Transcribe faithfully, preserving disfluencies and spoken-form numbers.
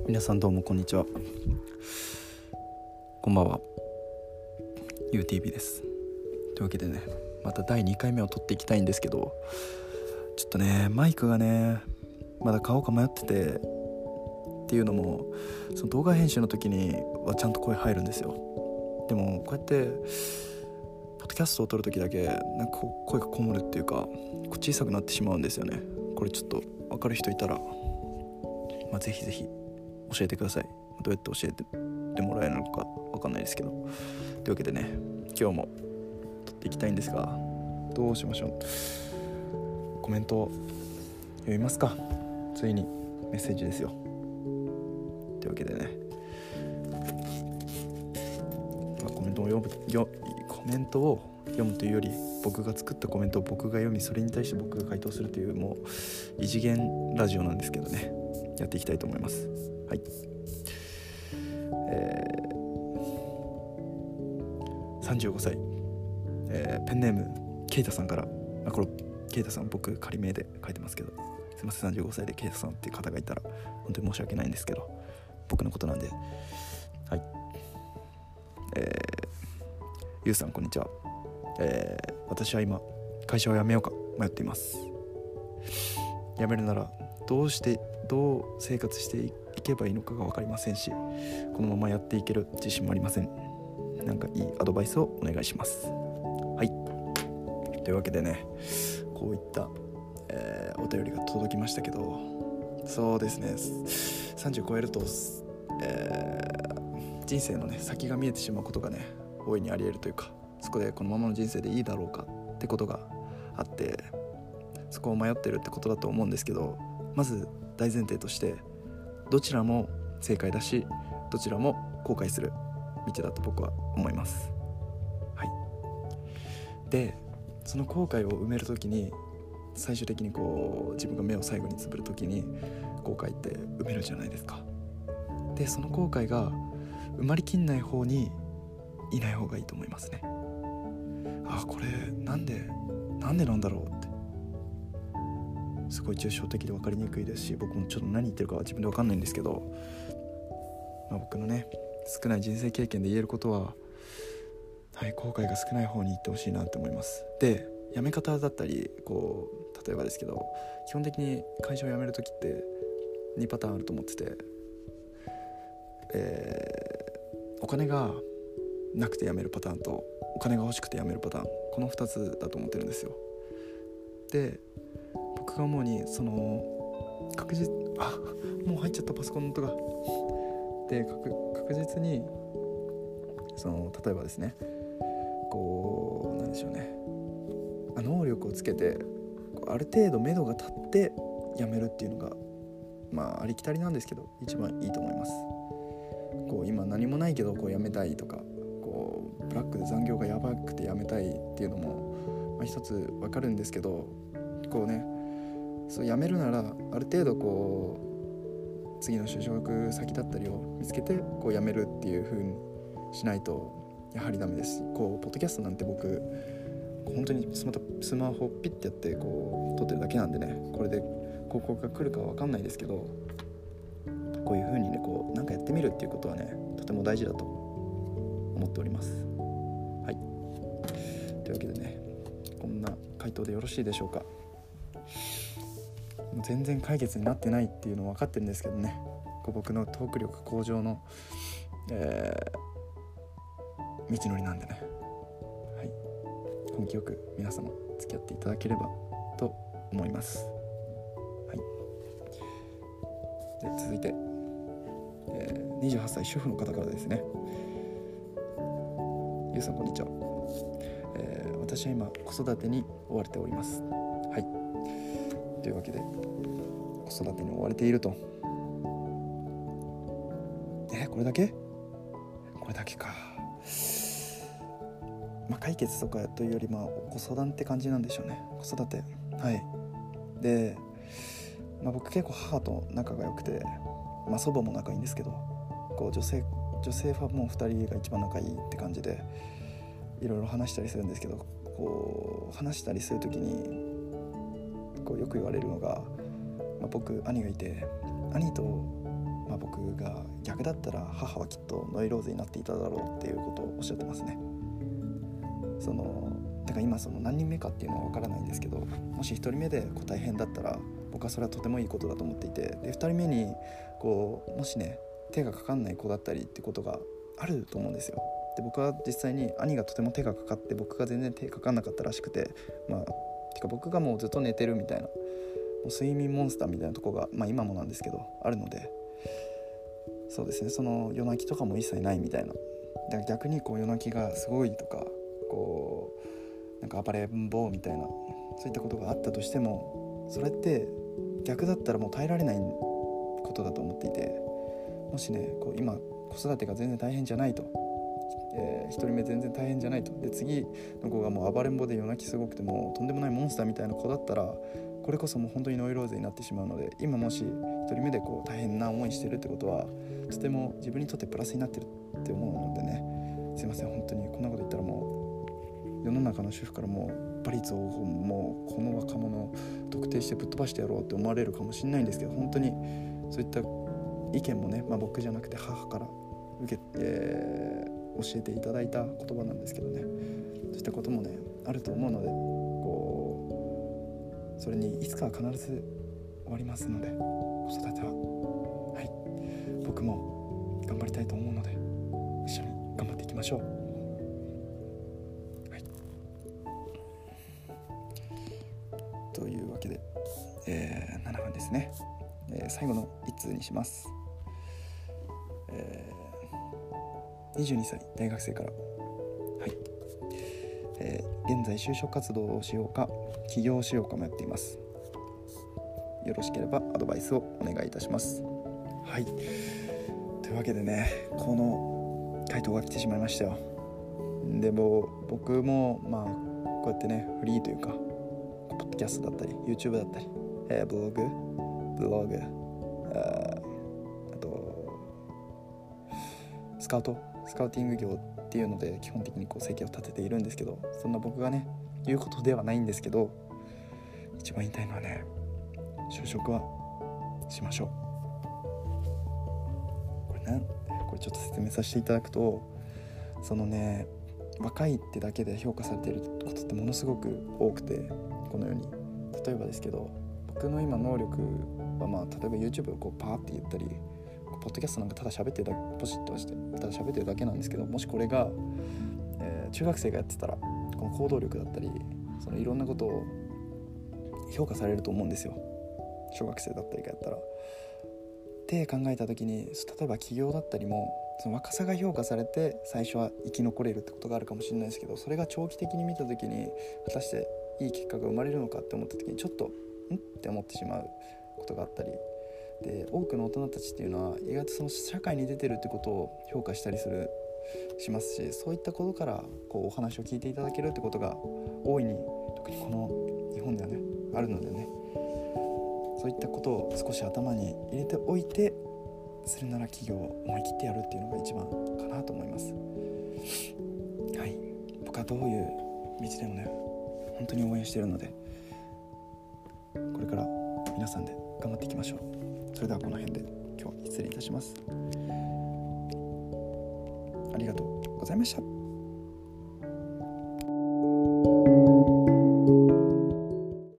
皆さんどうもこんにちは。こんばんは。 ユーティービー です。というわけでね、まただいにかいめを撮っていきたいんですけど、ちょっとねマイクがねまだ買おうか迷ってて、っていうのもその動画編集の時にはちゃんと声入るんですよ。でもこうやってポッドキャストを撮る時だけなんか声がこもるっていうか小さくなってしまうんですよね。これちょっと分かる人いたら、まあ、ぜひぜひ教えてください。どうやって教えてもらえるのか分かんないですけど、というわけでね今日も撮っていきたいんですが、どうしましょう。コメント読みますか。ついにメッセージですよ。というわけでね、まあ、コメントを読むよコメントを読むというより僕が作ったコメントを僕が読み、それに対して僕が回答するというもう異次元ラジオなんですけどね、やっていきたいと思います。はい、えー、さんじゅうごさい、えー、ペンネームケイタさんから、あ、これケイタさん僕仮名で書いてますけど、すいません、さんじゅうごさいでケイタさんっていう方がいたら本当に申し訳ないんですけど、僕のことなんで。はい、えー、ゆうさんこんにちは。えー、私は今会社を辞めようか迷っています。辞めるならどうしてどう生活していけばいいのかが分かりませんし、このままやっていける自信もありません。なんかいいアドバイスをお願いします。はい、というわけでね、こういった、えー、お便りが届きましたけど、そうですね、さんじゅう超えると、えー、人生のね先が見えてしまうことがね大いにあり得るというか、そこでこのままの人生でいいだろうかってことがあって、そこを迷ってるってことだと思うんですけど、まず大前提としてどちらも正解だし、どちらも後悔する道だと僕は思います。はい、でその後悔を埋めるときに、最終的にこう自分が目を最後につぶるときに後悔って埋めるじゃないですか。でその後悔が埋まりきんない方にいない方がいいと思いますね。あ、これなんでなんでなんだろうってすごい抽象的で分かりにくいですし、僕もちょっと何言ってるかは自分で分かんないんですけど、まあ、僕のね少ない人生経験で言えることは、はい、後悔が少ない方に行ってほしいなって思います。で辞め方だったり、こう例えばですけど、基本的に会社を辞めるときってにパターンあると思ってて、えー、お金がなくて辞めるパターンとお金が欲しくて辞めるパターン、このふたつだと思ってるんですよ。で僕が思うに、その確実あもう入っちゃったパソコンの音がで 確, 確実にその例えばですね、こうなんでしょうね、能力をつけてある程度目処が立って辞めるっていうのが、まあありきたりなんですけど一番いいと思います。こう今何もないけどこう辞めたいとか、こうブラックで残業がやばくて辞めたいっていうのも、まあ、一つわかるんですけど、こうね、そう辞めるならある程度こう次の就職先だったりを見つけてこう辞めるっていう風にしないとやはりダメです。こうポッドキャストなんて僕本当にスマ, スマホピッてやってこう撮ってるだけなんでね、これで広告が来るかは分かんないですけど、こういう風にねこうなんかやってみるっていうことはねとても大事だと思っております。はい、というわけでね、こんな回答でよろしいでしょうか。全然解決になってないっていうのは分かってるんですけどね、こう僕のトーク力向上の、えー、道のりなんでね、はい、根気よく皆様付き合っていただければと思います。はい、で続いて、えー、にじゅうはっさい主婦の方からですね。ゆうさんこんにちは。えー、私は今子育てに追われております。はい、というわけで子育てに追われていると。えこれだけこれだけか。まあ解決とかというより、まあご相談って感じなんでしょうね。子育て、はいで、まあ、僕結構母と仲が良くて、まあ祖母も仲いいんですけど、こう女性女性ファンもふたりが一番仲いいって感じでいろいろ話したりするんですけど、こう話したりするときにこうよく言われるのが、まあ、僕兄がいて、兄とまあ、僕が逆だったら母はきっとノイローゼになっていただろうっていうことをおっしゃってますね。そのだから今その何人目かっていうのは分からないんですけど、もしひとりめでこう大変だったら僕はそれはとてもいいことだと思っていて、でふたりめにこうもしね手がかかんない子だったりってことがあると思うんですよ。で僕は実際に兄がとても手がかかって僕が全然手かかんなかったらしくて、まあてか僕がもうずっと寝てるみたいな、もう睡眠モンスターみたいなとこが、まあ今もなんですけどあるので、そうですね、その夜泣きとかも一切ないみたいな。だから逆にこう夜泣きがすごいとか、こうなんか暴れん坊みたいな、そういったことがあったとしても、それって逆だったらもう耐えられないことだと思っていて、もしねこう今子育てが全然大変じゃないと、えー、ひとりめ全然大変じゃないと、で次の子がもう暴れん坊で夜泣きすごくてもうとんでもないモンスターみたいな子だったら、これこそもう本当にノイローゼになってしまうので、今もしひとりめでこう大変な思いしてるってことはとても自分にとってプラスになってるって思うのでね、すいません本当にこんなこと言ったらもう世の中の主婦からもうバリ増法もうこの若者を特定してぶっ飛ばしてやろうって思われるかもしれないんですけど、本当にそういった意見もね、まあ、僕じゃなくて母から受け、えー、教えていただいた言葉なんですけどね、そういったこともねあると思うので、こうそれにいつかは必ず終わりますので、子育てははい僕も頑張りたいと思うので一緒に頑張っていきましょう。はい、というわけで、えー、ななふんですね、えー、最後の一通にします。えー、にじゅうにさい大学生から、はい、えー、現在就職活動をしようか起業をしようか迷っています。よろしければアドバイスをお願いいたします。はい、というわけでね、この回答が来てしまいましたよ。でも僕もまあこうやってねフリーというかポッドキャストだったり YouTube だったり、えー、ブログブログああとスカウトスカウティング業っていうので基本的にこう生計を立てているんですけど、そんな僕がね言うことではないんですけど、一番言いたいのはね、就職はしましょう。これね、これちょっと説明させていただくと、そのね若いってだけで評価されていることってものすごく多くて、このように例えばですけど、僕の今能力はまあ例えば YouTube をこうパーって言ったり、ポッドキャストなんかただ喋ってるだけ、ポシッとしてただ喋ってるだけなんですけど、もしこれが、えー、中学生がやってたらこの行動力だったり、そのいろんなことを評価されると思うんですよ。小学生だったりがやったらって考えた時に、例えば起業だったりもその若さが評価されて最初は生き残れるってことがあるかもしれないですけど、それが長期的に見た時に果たしていい結果が生まれるのかって思った時にちょっとんって思ってしまうことがあったりで、多くの大人たちっていうのは意外とその社会に出てるってことを評価したりするしますし、そういったことからこうお話を聞いていただけるってことが大いに特にこの日本ではねあるのでね、そういったことを少し頭に入れておいて、するなら企業を思い切ってやるっていうのが一番かなと思います。はい、僕はどういう道でもね本当に応援しているので、これから皆さんで頑張っていきましょう。それではこの辺で今日は失礼いたします。ありがとうございました。